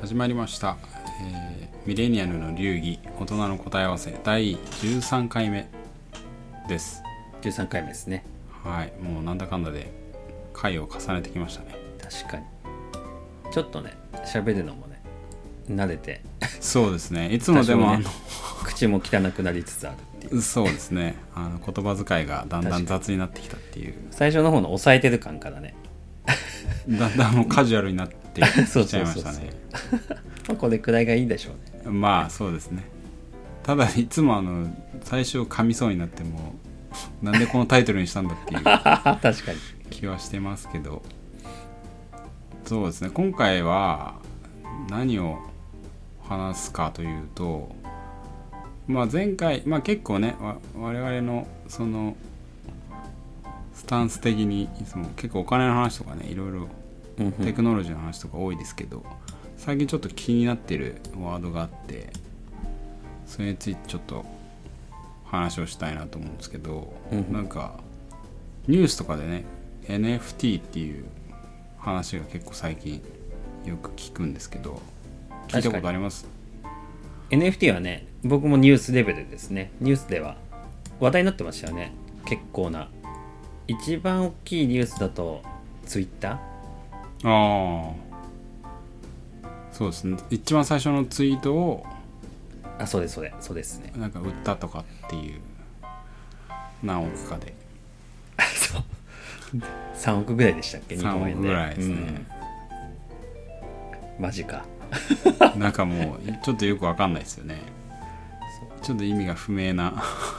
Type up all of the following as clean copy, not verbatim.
始まりました、ミレニアルの流儀大人の答え合わせ第13回目です。 13回目ですね。 はい、もうなんだかんだで回を重ねてきましたね。 確かにちょっとね喋るのもね慣れてそうですね、いつもでも、 ね、口も汚くなりつつあるっていうそうですね、言葉遣いがだんだん雑になってきたっていう、 最初の方の抑えてる感からねだんだんもうカジュアルになってきちゃいましたね。 これくらいがいいでしょうね。 まあそうですね。ただいつも最初噛みそうになってもなんでこのタイトルにしたんだっていう確かに気はしてますけど、そうですね、今回は何を話すかというと、前回、結構ね我々のそのスタンス的にいつも結構お金の話とかね、いろいろテクノロジーの話とか多いですけど、最近ちょっと気になってるワードがあって、それについてちょっと話をしたいなと思うんですけど、なんかニュースとかでね NFT っていう話が結構最近よく聞くんですけど、聞いたことあります？ NFT はね、僕もニュースレベルですね。ニュースでは話題になってましたよね。結構な、一番大きいニュースだとツイッター。 そうですね、一番最初のツイートをそうですね。 なんか売ったとかっていう、何億かでそう3億ぐらいでしたっけ、日本円で。 3億ぐらいですね、 マジかなんかもうちょっとよくわかんないですよね。ちょっと意味が不明な、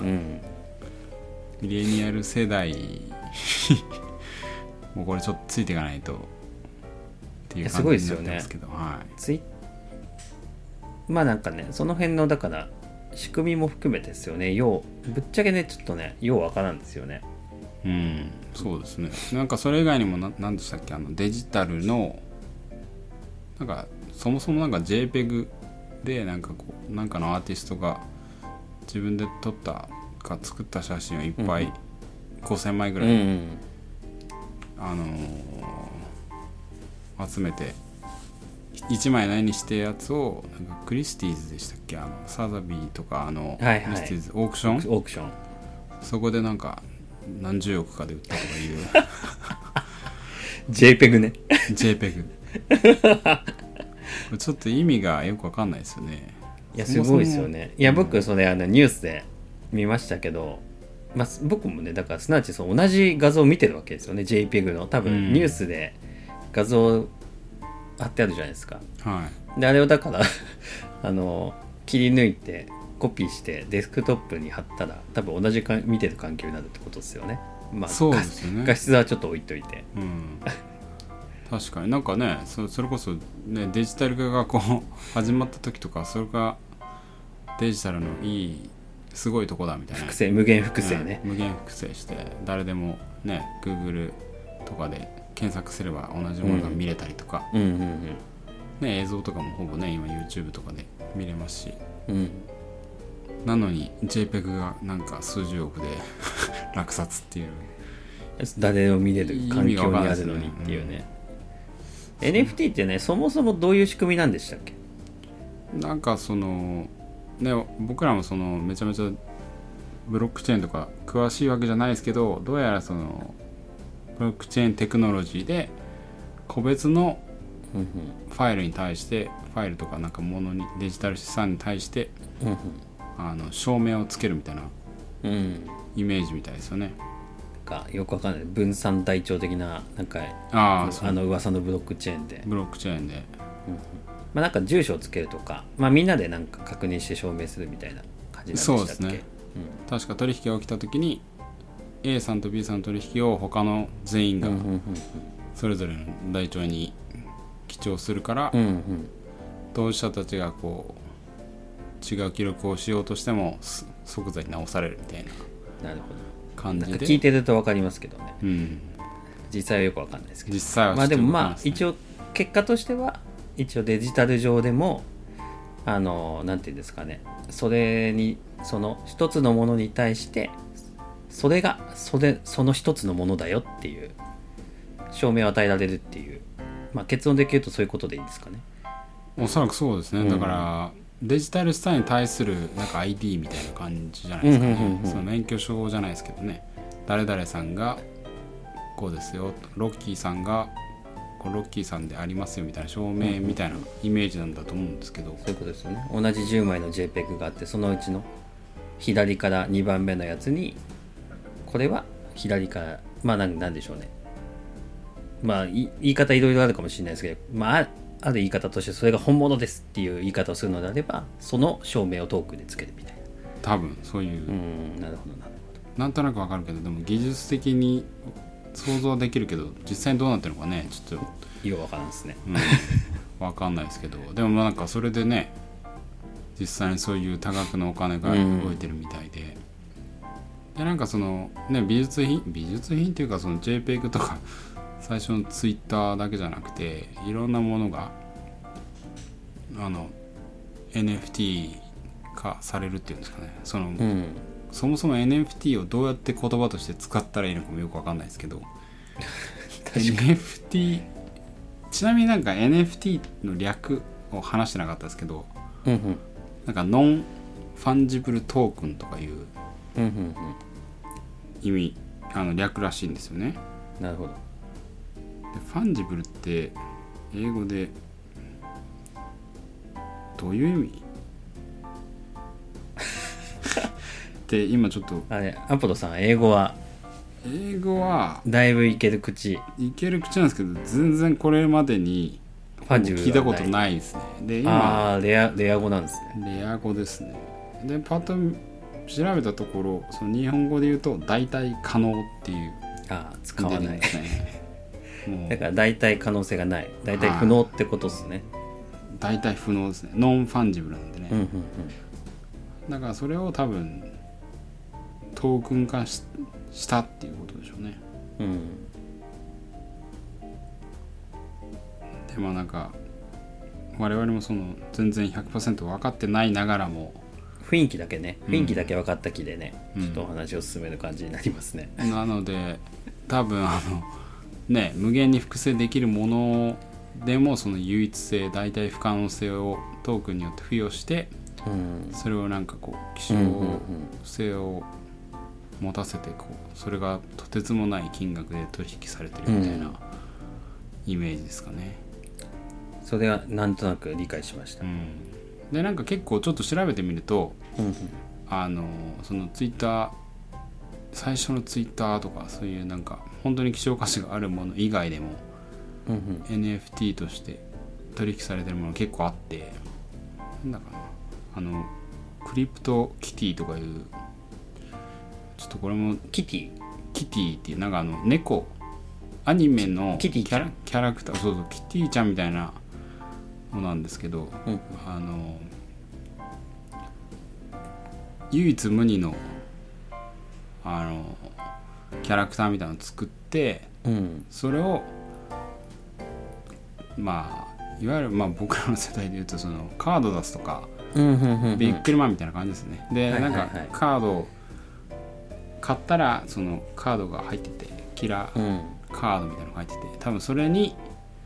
ミレニアル世代もうこれちょっとついていかないとっていう感じになってますけど、 なんかね、その辺のだから仕組みも含めてですよね。ぶっちゃけね、ちょっとねようわからんですよね。 そうですね。なんかそれ以外にも何でしたっけ、デジタルのなんかそもそもなんか JPEG でなんかなんかのアーティストが自分で撮ったか作った写真をいっぱい、5000枚ぐらい、集めて1枚何にしてやつをなんかクリスティーズでしたっけ、サザビーとかクリスティーズオークション、そこでなんか何十億かで売ったとかいう JPEG ね JPEG ちょっと意味がよくわかんないですよね。 いやすごいですよね。いや僕それニュースで見ましたけど、僕もねだからすなわち同じ画像を見てるわけですよね。 JPEG の多分ニュースで画像貼ってあるじゃないですか、であれをだから切り抜いてコピーしてデスクトップに貼ったら多分同じ見てる環境になるってことですよね。 そうですよね。 画質はちょっと置いといて、 確かになんかね、それこそ、ね、デジタル化が始まった時とか、それがデジタルのいいすごいとこだみたいな、 無限複製ね、 無限複製して誰でもね Google とかで検索すれば同じものが見れたりとか、映像とかもほぼね今 YouTube とかで見れますし、なのに JPEG がなんか数十億で落札っていう、 誰を見れる環境にあるのにっていうね。NFT ってね、そもそもどういう仕組みなんでしたっけ？ なんか僕らもめちゃめちゃブロックチェーンとか詳しいわけじゃないですけど、どうやらブロックチェーンテクノロジーで個別のファイルに対して、ファイルとかなんかものに、デジタル資産に対して証明をつけるみたいなイメージみたいですよね。 よくわかんない分散台帳的ななんか噂のブロックチェーンで、なんか住所をつけるとか、みんなでなんか確認して証明するみたいな感じなんでしたっけ？そうですね、 確か取引が起きた時に A さんと B さんの取引を他の全員がそれぞれの台帳に記帳するから、当事者たちが違う記録をしようとしても即座に直されるみたいな感じで、 聞いてると分かりますけどね、実際はよく分かんないですけど、 実際はでも一応結果としては一応デジタル上でもなんていうんですかね、それにその一つのものに対してその一つのものだよっていう証明を与えられるっていう、結論で言うとそういうことでいいんですかね。 おそらくそうですね、 うんだからデジタルスターに対するなんか ID みたいな感じじゃないですかね、 うんうんうんうんその免許証じゃないですけどね、誰々さんがこうですよ、ロッキーさんがこうロッキーさんでありますよみたいな証明みたいなイメージなんだと思うんですけど、 そういうことですよね。同じ10枚の JPEG があって、そのうちの左から2番目のやつに、これは左から、まあなんでしょうね。まあ言い方いろいろあるかもしれないですけど、まあある言い方としてそれが本物ですっていう言い方をするのであれば、その証明をトークンでつけるみたいな。 多分そういう、 なるほどなるなんとなくわかるけど、でも技術的に想像できるけど実際にどうなってるのかねちょっとほど。ようわからんですね。 わかんないですけど、でもなんかそれでね実際にそういう多額のお金が動いてるみたいで、でなんかそのね美術品っていうかその JPEG とか最初の Twitter だけじゃなくていろんなものがNFT 化されるっていうんですかね、そもそも NFT をどうやって言葉として使ったらいいのかもよくわかんないですけどNFT ちなみになんか NFT の略を話してなかったですけど、なんかノンファンジブルトークンとかいう意味略らしいんですよね。 なるほど。 でファンジブルって英語でどういう意味って今ちょっとあれアポロさん、英語はだいぶいける口なんですけど、全然これまでにファンジブル聞いたことないですね。で今レア語なんですね。 レア語ですね。でパッと調べたところ、その日本語で言うと大体可能っていう使わないですねもうだから大体可能性がない、大体不能ってことですね。 大体不能ですね。ノンファンジブルなんでね、だからそれを多分トークン化したっていうことでしょうね。でまあなんか我々もその全然 100% 分かってないながらも雰囲気だけ分かった気でね、ちょっとお話を進める感じになりますね。 なので多分ね無限に複製できるものでもその唯一性代替不可能性をトークンによって付与して、それをなんかこう希少性を持たせてこうそれがとてつもない金額で取引されてるみたいなイメージですかね。 それはなんとなく理解しました。 でなんか結構ちょっと調べてみると、そのツイッター最初のツイッターとかそういうなんか本当に希少価値があるもの以外でも、NFT として取引されてるもの結構あって、なんだかなクリプトキティとかいうちょっとこれもキティっていうなんか猫アニメのキキティちゃんャラクター、そうキティちゃんみたいなのなんですけど、唯一無二のキャラクターみたいなのを作って、それをまあいわゆる僕らの世代でいうとそのカード出すとか、ビックリマンみたいな感じですね。で、なんかカードを買ったらそのカードが入っててキラーカードみたいなのが入ってて、多分それに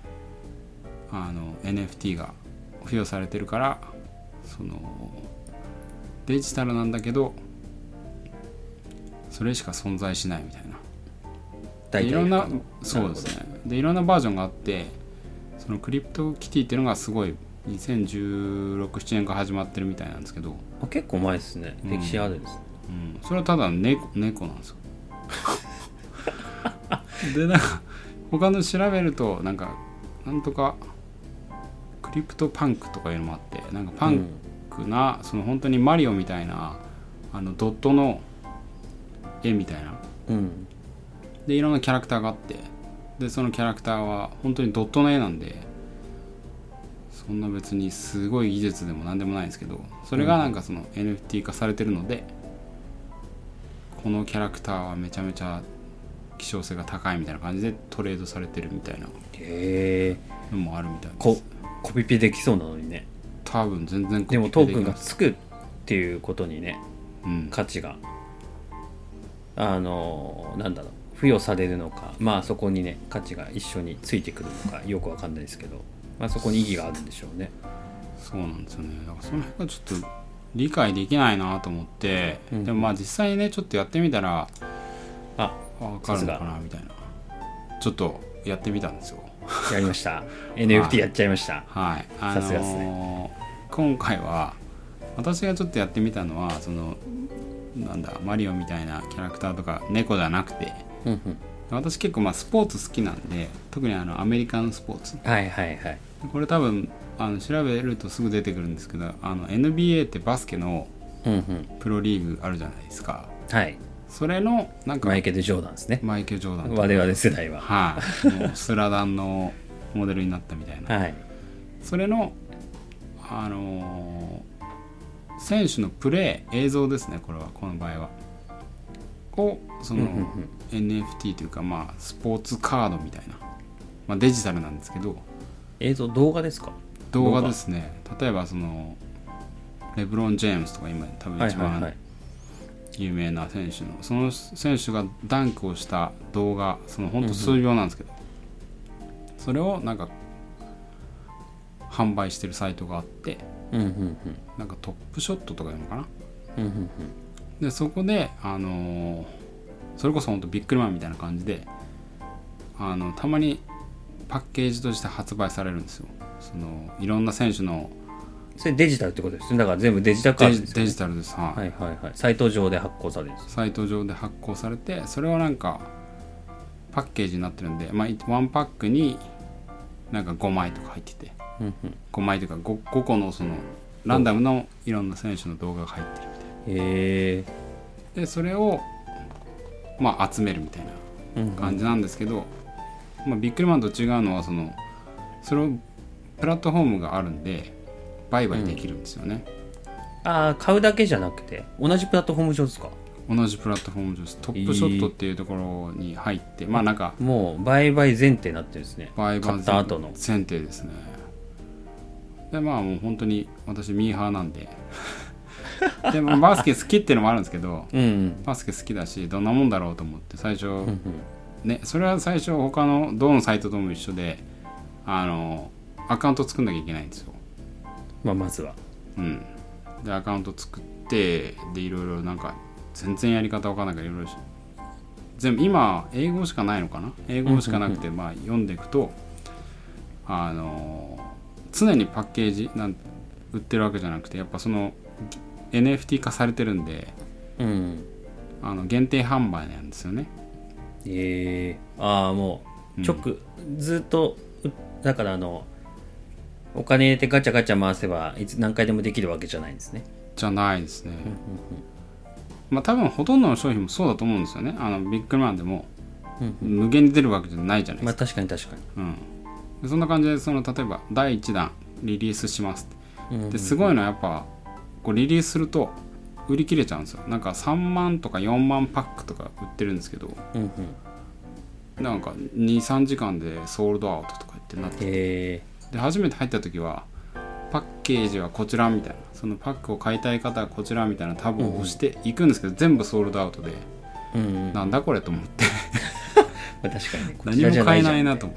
NFT が付与されてるから、そのデジタルなんだけどそれしか存在しないみたいな、いろんなそうですね。でいろんなバージョンがあって、そのクリプトキティっていうのがすごい2016、7年から始まってるみたいなんですけど、 結構前ですね。歴史あるんです、 それはただ猫なんですよでなんか他の調べるとなんとかクリプトパンクとかいうのもあって、なんかパンクな、その本当にマリオみたいなドットの絵みたいな、でいろんなキャラクターがあって、でそのキャラクターは本当にドットの絵なんで、そんな別にすごい技術でもなんでもないんですけど、それがなんかその NFT 化されてるので、このキャラクターはめちゃめちゃ希少性が高いみたいな感じでトレードされてるみたいなのもあるみたいです。 コピペできそうなのにね。 多分全然コピペできます。 でもトークンがつくっていうことにね、価値がなんだろう、付与されるのか、そこにね価値が一緒についてくるのかよくわかんないですけど、そこに意義があるんでしょうね。 そうなんですよね。だからその辺がちょっと理解できないなと思って、 うん、 でもまあ実際にねちょっとやってみたら分かるのかなみたいな、ちょっとやってみたんですよ。 やりました。NFT やっちゃいました。 はい、 さすがですね。 今回は私がちょっとやってみたのはそのなんだマリオみたいなキャラクターとか猫じゃなくて、 うんうん、 私結構まあスポーツ好きなんで、特にアメリカンスポーツ、 はいはいはい、 これ多分調べるとすぐ出てくるんですけど、NBA ってバスケのプロリーグあるじゃないですか、 はい、 それのなんかマイケル・ジョーダンですね。 マイケル・ジョーダン、 我々世代は、 はい、もうスラダンのモデルになったみたいな、 はい、 それの選手のプレー映像ですね、これはこの場合はをその NFT というか、まあスポーツカードみたいな、まあ、デジタルなんですけど、 映像動画ですか？ 動画ですね。例えばそのレブロン・ジェームスとか今多分一番有名な選手の、その選手がダンクをした動画、そのほんと数秒なんですけど、それをなんか販売してるサイトがあって、なんかトップショットとかいうのかな、でそこでそれこそほんとビックリマンみたいな感じでたまにパッケージとして発売されるんですよ。そのいろんな選手の、 それデジタルってことですね。だから全部デジタルカードですよね。 デジタルです、はい、 はいはいはい。サイト上で発行されるんです。 サイト上で発行されて、それはなんかパッケージになってるんで、まあ、1パックになんか5枚とか入ってて、5枚というか 5個のそのランダムのいろんな選手の動画が入ってるみたいな。でそれをまあ集めるみたいな感じなんですけど、まあ、ビックリマンと違うのはそれをプラットフォームがあるんで売買できるんですよね。 ああ、買うだけじゃなくて同じプラットフォーム上ですか？ 同じプラットフォーム上です。トップショットっていうところに入って、まあなんかもう売買前提になってるんですね。 買った後の前提ですね。でまあもう本当に私ミーハーなんででもバスケ好きっていうのもあるんですけど、バスケ好きだしどんなもんだろうと思って最初、ね、それは最初他のどのサイトとも一緒でアカウント作んなきゃいけないんですよ。 まずは、 でアカウント作ってでいろいろなんか全然やり方わかんないからいろいろ全部今英語しかないのかな、英語しかなくて、まあ読んでいくと常にパッケージ売ってるわけじゃなくて、やっぱその NFT 化されてるんで、限定販売なんですよね。 もうずっとだからお金入れてガチャガチャ回せばいつ何回でもできるわけじゃないんですね。 じゃないですね。まあ多分ほとんどの商品もそうだと思うんですよね。ビッグマンでも無限に出るわけじゃないじゃないですか。 まあ確かに確かに。 でそんな感じで例えば第1弾リリースしますって、ですごいのはやっぱこうリリースすると売り切れちゃうんですよ。なんか3万とか4万パックとか売ってるんですけど、なんか 2,3 時間でソールドアウトとか言ってなってて、で初めて入った時はパッケージはこちらみたいな、そのパックを買いたい方はこちらみたいなタブを押していくんですけど、全部ソールドアウトで、なんだこれと思って確かに何も買えないなと思って、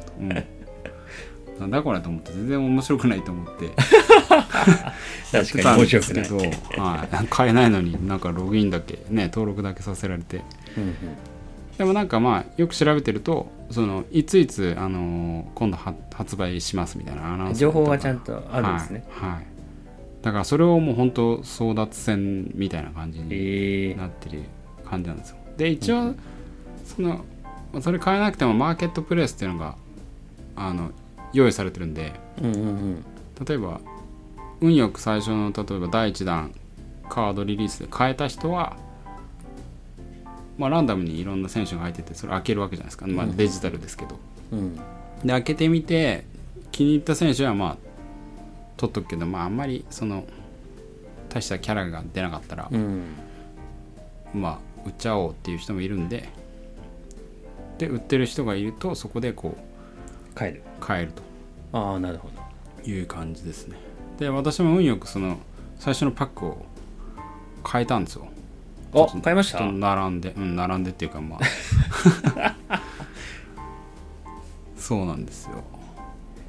なんだこれと思って全然面白くないと思って確かに面白くないけど、買えないのになんかログインだけね登録だけさせられて、でもなんかまあよく調べてるといついつ、今度発売しますみたいなアナウンス情報がちゃんとあるんですね。 だからそれをもう本当争奪戦みたいな感じになってる感じなんですよ。で一応それ買えなくてもマーケットプレイスっていうのが用意されてるんで、例えば運よく最初の例えば第1弾カードリリースで買えた人は、まあ、ランダムにいろんな選手が入っててそれ開けるわけじゃないですか、まあ、デジタルですけど、で開けてみて気に入った選手はまあ取っとくけど、まあ、あんまり大したキャラが出なかったら、まあ売っちゃおうっていう人もいるんで、売ってる人がいるとそこでこう買えるとなるほどいう感じですね。で私も運よく最初のパックを買えたんですよ。 買いました？ 並んでっていうかまあそうなんですよ。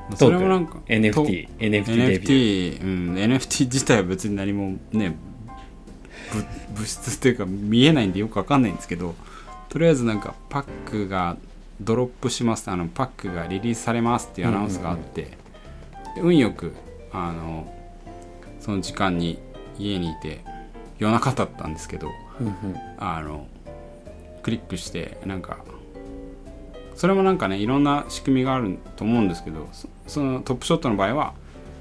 それもなんか NFT デビュー NFT 自体は別に何もね物質っていうか見えないんでよくわかんないんですけど、とりあえずなんかパックがドロップします、パックがリリースされますっていうアナウンスがあって、で運よくその時間に家にいて夜中だったんですけど、クリックしてなんかそれもなんかねいろんな仕組みがあると思うんですけど、そのトップショットの場合は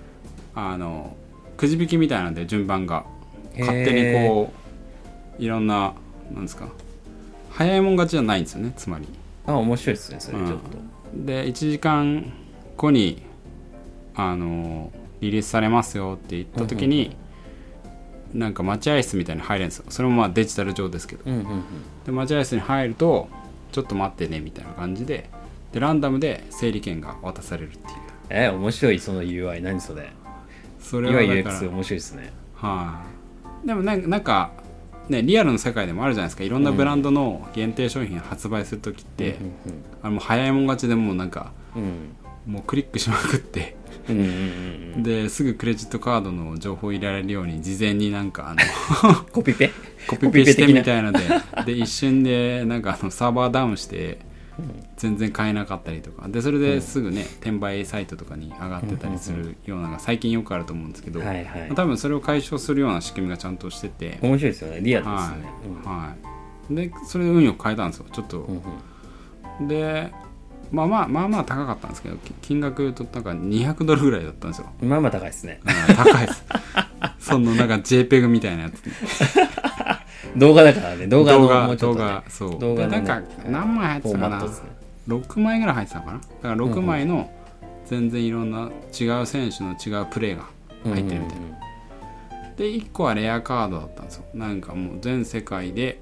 くじ引きみたいなので順番が勝手にこういろんななんですか早いもん勝ちじゃないんですよね、つまり。 面白いですねそれちょっと、 で1時間後にリリースされますよって言った時に、なんか待合室みたいに入れるんですよ。それもまあデジタル上ですけど、で待合室に入るとちょっと待ってねみたいな感じで、ランダムで整理券が渡されるっていう。 面白いその UI。 何それ。 それはだから UX 面白いですね。 でもなんかねリアルの世界でもあるじゃないですか。いろんなブランドの限定商品発売するときって、もう早いもん勝ちでもうなんか、もうクリックしまくってですぐクレジットカードの情報を入れられるように事前になんかコピペしてみたいので一瞬でなんかサーバーダウンして全然買えなかったりとかで、それですぐね転売サイトとかに上がってたりするようなのが最近よくあると思うんですけど、多分それを解消するような仕組みがちゃんとしてて面白いですよね。リアルですね。 でそれで運よく変えたんですよちょっと、でまあ高かったんですけど、金額となんか200ドルぐらいだったんですよ。 まあまあ高いですね。 高いですそのなんか JPEG みたいなやつ動画だからね。動画そうでなんか何枚入ってたかな、6枚ぐらい入ってたのかな。だから6枚の全然いろんな違う選手の違うプレーが入ってるみたいな、で1個はレアカードだったんですよ。なんかもう全世界で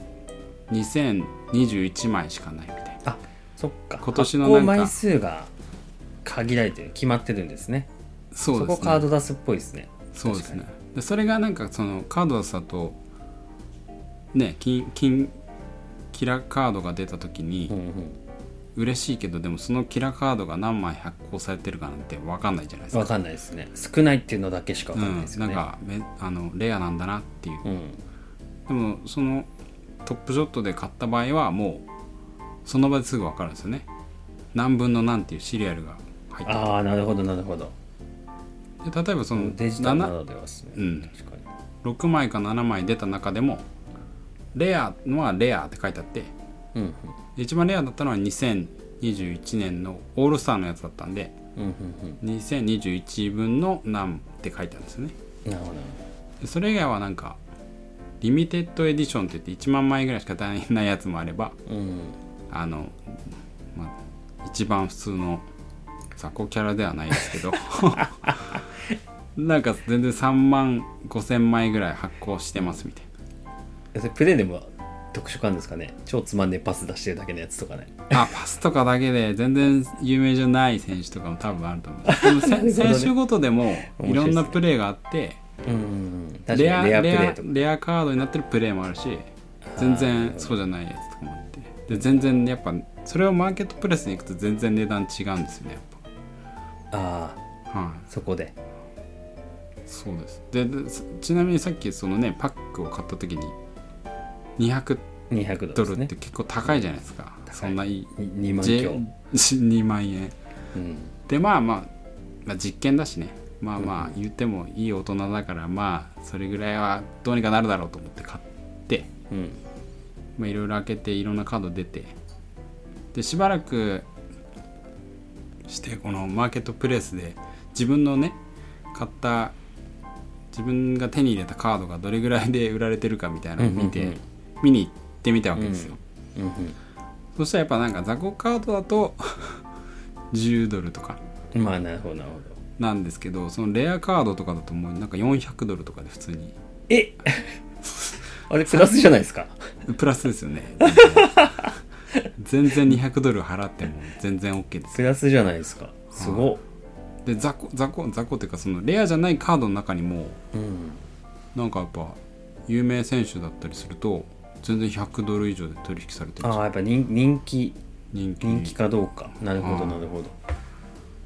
2021枚しかないみたいな。 そっか、 今年の発行枚数が限られてる、決まってるんですね。 そうですね。 そこカード出すっぽいですね。 そうですね。でそれがなんかそのカード出すだとね、キラカードが出た時に、嬉しいけどでもそのキラカードが何枚発行されてるかなんて分かんないじゃないですか。 分かんないですね。少ないっていうのだけしか分かんないですよね。 なんかレアなんだなっていう、でもそのトップショットで買った場合はもうその場ですぐ分かるんですよね。何分の何っていうシリアルが入ってる。 なるほどなるほど。 で例えばそのデジタルならではですね、確かに6枚か7枚出た中でもレアのはレアって書いてあって、一番レアだったのは2021年のオールスターのやつだったんで、2021分の何って書いてあるんですよね。 なるほど。それ以外はなんかリミテッドエディションって言って1万枚ぐらいしか出ないやつもあれば、一番普通の雑魚キャラではないですけどなんか全然3万5千枚ぐらい発行してますみたいな。それプレイでも特殊感ですかね。超つまんでパス出してるだけのやつとかね。 パスとかだけで全然有名じゃない選手とかも多分あると思う。でも選手ごとでもいろんなプレーがあってレアカードになってるプレーもあるし、全然そうじゃないやつとかもあって、で全然やっぱそれをマーケットプレスに行くと全然値段違うんですよね、やっぱ。 そこでそうです。でちなみにさっきそのねパックを買った時に200ドルって結構高いじゃないですか。そんないい 2万強 2万円、でまあ実験だしね、まあ言ってもいい大人だから、まあそれぐらいはどうにかなるだろうと思って買って、いろいろ開けていろんなカード出て、でしばらくしてこのマーケットプレイスで自分のね買った自分が手に入れたカードがどれぐらいで売られてるかみたいなのを見に行ってみたわけですよ。そしたらやっぱなんか雑魚カードだと10ドルとかなるほどなんですけど、そのレアカードとかだともうなんか400ドルとかで普通にあれプラスじゃないですか。 プラスですよね全然200ドル払っても全然 OK です。 プラスじゃないですか。すごっ。 で雑魚っていうかそのレアじゃないカードの中にも、なんかやっぱ有名選手だったりすると全然100ドル以上で取引されてる。 やっぱ人気かどうか。なるほどなるほど。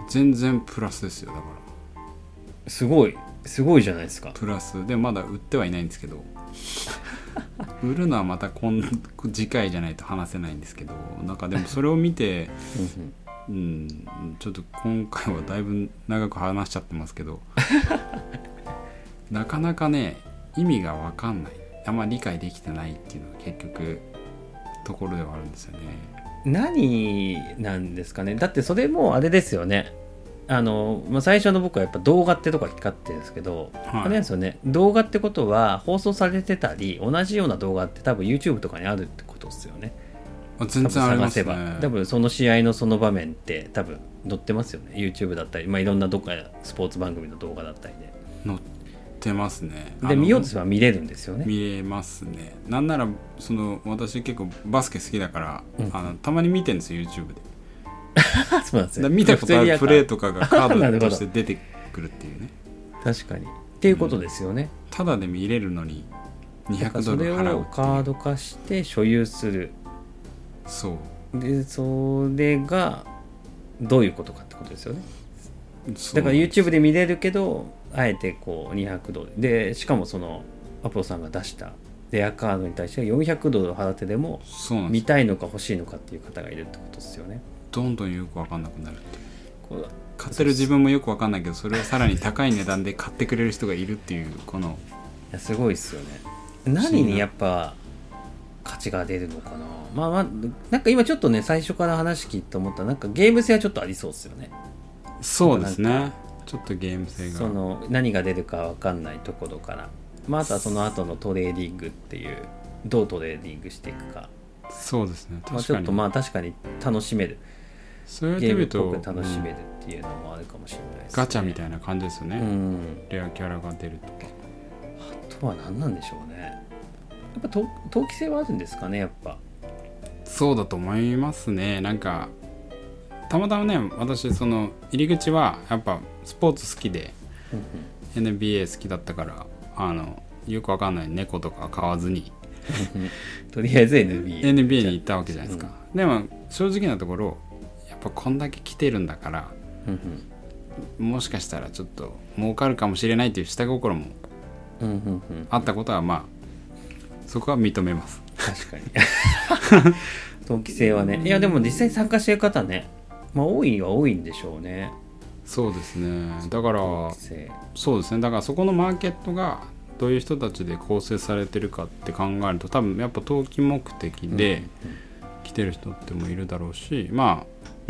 全然プラスですよ。だかすごいじゃないですからプラスでまだ売ってはいないんですけど売るのはまた次回じゃないと話せないんですけど、なんかでもそれを見てちょっと今回はだいぶ長く話しちゃってますけどなかなかね意味が分かんない、あんま理解できてないっていうのが結局ところではあるんですよね。 何なんですかね。だってそれもあれですよね。最初の僕はやっぱ動画ってとこが光ってるんですけど、 はい、 あれなんですよね。動画ってことは放送されてたり同じような動画って多分 YouTube とかにあるってことですよね。 全然ありますね。 多分探せば多分その試合のその場面って多分載ってますよね。 YouTube だったり、いろんなどっかスポーツ番組の動画だったりで載ってますね。 で見ようとすれば見れるんですよね。 見れますね。なんなら私結構バスケ好きだから、たまに見てるんですよ YouTube でそうなんですね。 見たことあるプレーとかがカードとして出てくるっていうね確かにっていうことですよね。 ただで見れるのに200ドル払うっていう。 それをカード化して所有する。 そうでそれがどういうことかってことですよね。だから YouTube で見れるけどあえてこう200ドルで、しかもそのアポロさんが出したレアカードに対して400ドルを払ってでも見たいのか欲しいのかっていう方がいるってことですよね。 どんどんよく分かんなくなるっていう、買ってる自分もよく分かんないけどそれをさらに高い値段で買ってくれる人がいるっていうこのいやすごいですよね。何にやっぱ価値が出るのかな。なんか今ちょっとね最初から話聞いて思ったなんかゲーム性はちょっとありそうですよね。 そうですね。ちょっとゲーム性がその何が出るか分かんないところから、あとはその後のトレーディングっていうどうトレーディングしていくか。 そうですね。確かにちょっと確かに楽しめる、 そうやってみるとゲームっぽく楽しめるっていうのもあるかもしれないですね。 ガチャみたいな感じですよね、レアキャラが出るとか。 あとは何なんでしょうね。やっぱ投機性はあるんですかね。やっぱそうだと思いますね。なんかたまたまね私その入り口はやっぱスポーツ好きで、NBA 好きだったからよくわかんない猫とか買わずにとりあえず NBA に行ったわけじゃないですか、でも正直なところやっぱこんだけ来てるんだから、もしかしたらちょっと儲かるかもしれないという下心もあったことはそこは認めます。 確かに投機性はね。いやでも実際参加してる方ね、多いは多いんでしょうね。 そうですね。だからそうですね。だからそこのマーケットがどういう人たちで構成されてるかって考えると、多分やっぱ投機目的で来てる人ってもいるだろうし、好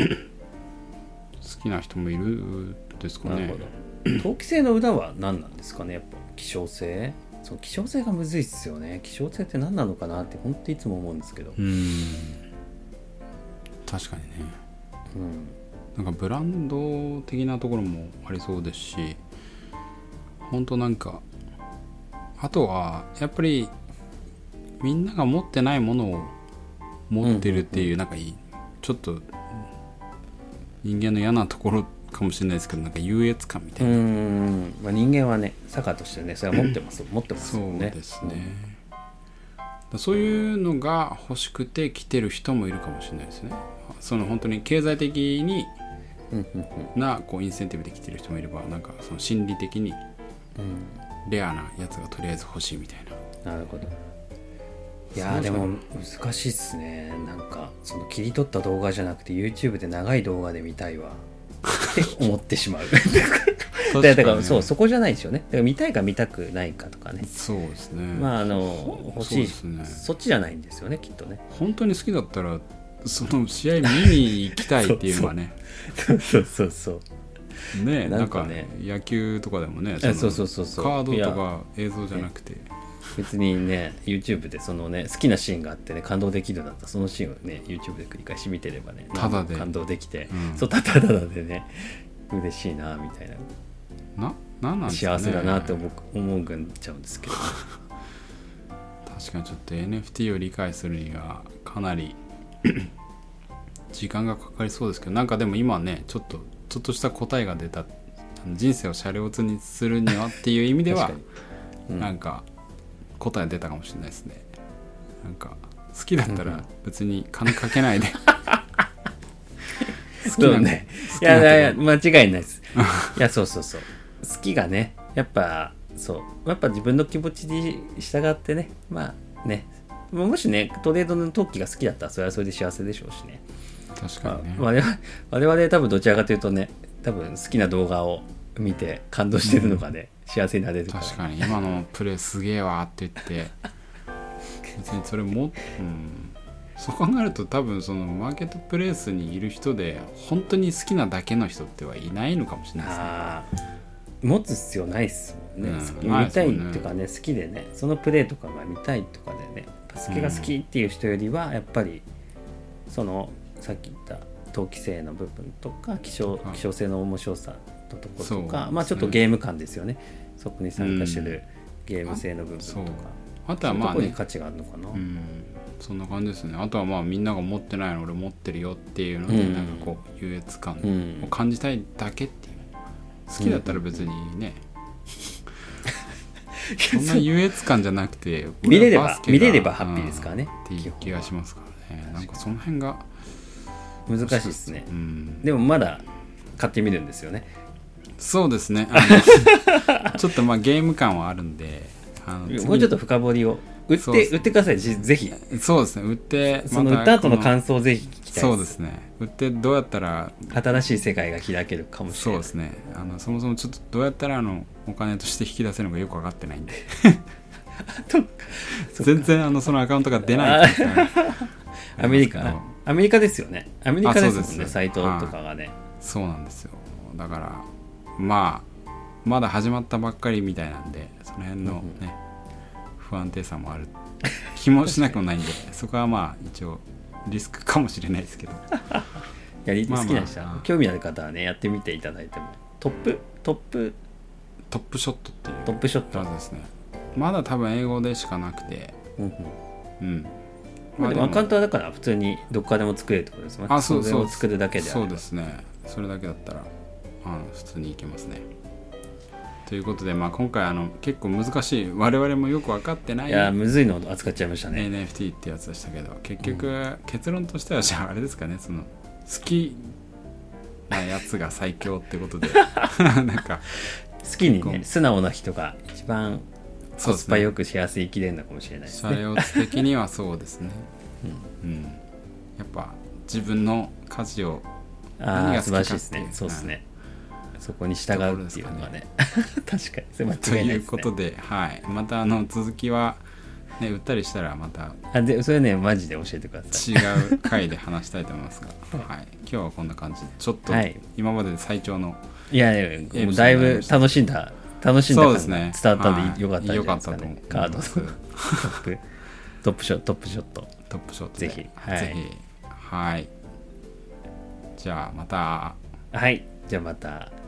きな人もいるですかね。 なるほど。投機性の裏は何なんですかね。やっぱ希少性。その希少性がむずいっすよね。希少性って何なのかなって本当いつも思うんですけど。 確かにね。なんかブランド的なところもありそうですし、本当なんかあとはやっぱりみんなが持ってないものを持ってるっていう、なんかちょっと人間の嫌なところかもしれないですけど、なんか優越感みたいな。 人間はね、坂としてね、それは持ってますよね。 そうですね。そういうのが欲しくて来てる人もいるかもしれないですね。その本当に経済的になこうインセンティブで来てる人もいれば、なんかその心理的にレアなやつがとりあえず欲しいみたいな。 なるほど。いやでも難しいっすね。なんかその切り取った動画じゃなくて YouTube で長い動画で見たいわって思ってしまうだからそこじゃないですよね。だから見たいか見たくないかとかね。 そうですね。 欲しい、そっちじゃないんですよね、きっとね。 本当に好きだったらその試合見に行きたいっていうのはねそうね、なんかね、野球とかでもね、カードとか映像じゃなくて、 別にね YouTube でそのね好きなシーンがあってね感動できるんだったらそのシーンをね YouTube で繰り返し見てればねただで感動できて、ただでね嬉しいなみたいな、 なんですかね、 幸せだなって思うちゃうんですけど確かにちょっと NFT を理解するにはかなり時間がかかりそうですけど、なんかでも今ねちょっとした答えが出た。人生をシャレオツにするにはっていう意味ではなんか答え出たかもしれないですね。なんか好きだったら別に金かけないで好きなそうね。い好きなとこやいや、間違いないです。いや、そうそうそう。好きがね、やっぱ、そう。やっぱ自分の気持ちに従ってね、まあね、もしね、トレードの陶器が好きだったら、それはそれで幸せでしょうしね。 確かにね、 我々多分どちらかというとね、多分好きな動画を見て感動してるのがね、幸せになれるから。 確かに今のプレーすげえわって言って別にそれも、そう考えると多分そのマーケットプレイスにいる人で本当に好きなだけの人ってはいないのかもしれないですね。 あ持つ必要ないっすもんね、 うん見たいっていうかね、好きでね、そのプレーとかが見たいとかでね、好きが好きっていう人よりはやっぱりそのさっき言った投機性の部分とか希少性の面白さのところとか、まあちょっとゲーム感ですよね、そこに参加してるゲーム性の部分とか、 あとはまあそういうところに価値があるのかな、 そんな感じですね。あとはまあみんなが持ってないの俺持ってるよっていうので、なんかこう優越感を感じたいだけっていう、好きだったら別にね、そんな優越感じゃなくて見れればハッピーですからね、 っていう気がしますからね。なんかその辺が難しいですね、でもまだ買ってみるんですよね。 そうですね、ちょっとまあゲーム感はあるんで、 もうちょっと深掘りを売ってください、ぜひ。 そうですね、売ってその売った後の感想をぜひ聞きたいです。 そうですね、売ってどうやったら新しい世界が開けるかもしれない。 そうですね、そもそもちょっとどうやったらお金として引き出せるのかよく分かってないんで全然そのアカウントが出ないっていうかアメリカですよね。アメリカですもんね、サイトとかがね。 そうなんですよ。だからまだ始まったばっかりみたいなんで、その辺のね、不安定さもある気もしなくもないんでそこはまあ一応リスクかもしれないですけど好きな人、興味ある方はねやってみていただいても。トップショットっていうトップショットですね。まだ多分英語でしかなくて、 まあ、でもアカウントはだから普通にどっかでも作れるってことですね。それを作るだけであれば。 そうですね、それだけだったら普通にいけますね。ということで、まあ、今回結構難しい、我々もよく分かってない、 いやむずいのを扱っちゃいましたね。 NFT ってやつでしたけど、結局、結論としてはじゃああれですかね、その好きなやつが最強ってことでなんか好きにね素直な人が一番コスパよく幸せ生きれるのかもしれないですね。 シャレオツ的にはそうですね、やっぱ自分の価値を何が好きかっていう、 素晴らしいですね。そうですね、そこに従うっていうのがね確かにそれ間違いないですね。 ということで、また続きは、ね、売ったりしたらまたそれねマジで教えてください。 違う回で話したいと思いますが、今日はこんな感じで、ちょっと今までで最長の、 いやもうだいぶ楽しんだ感が伝わったんでよかったんじゃないですかね。カードトップショットぜひじゃあまた。 じゃあまた。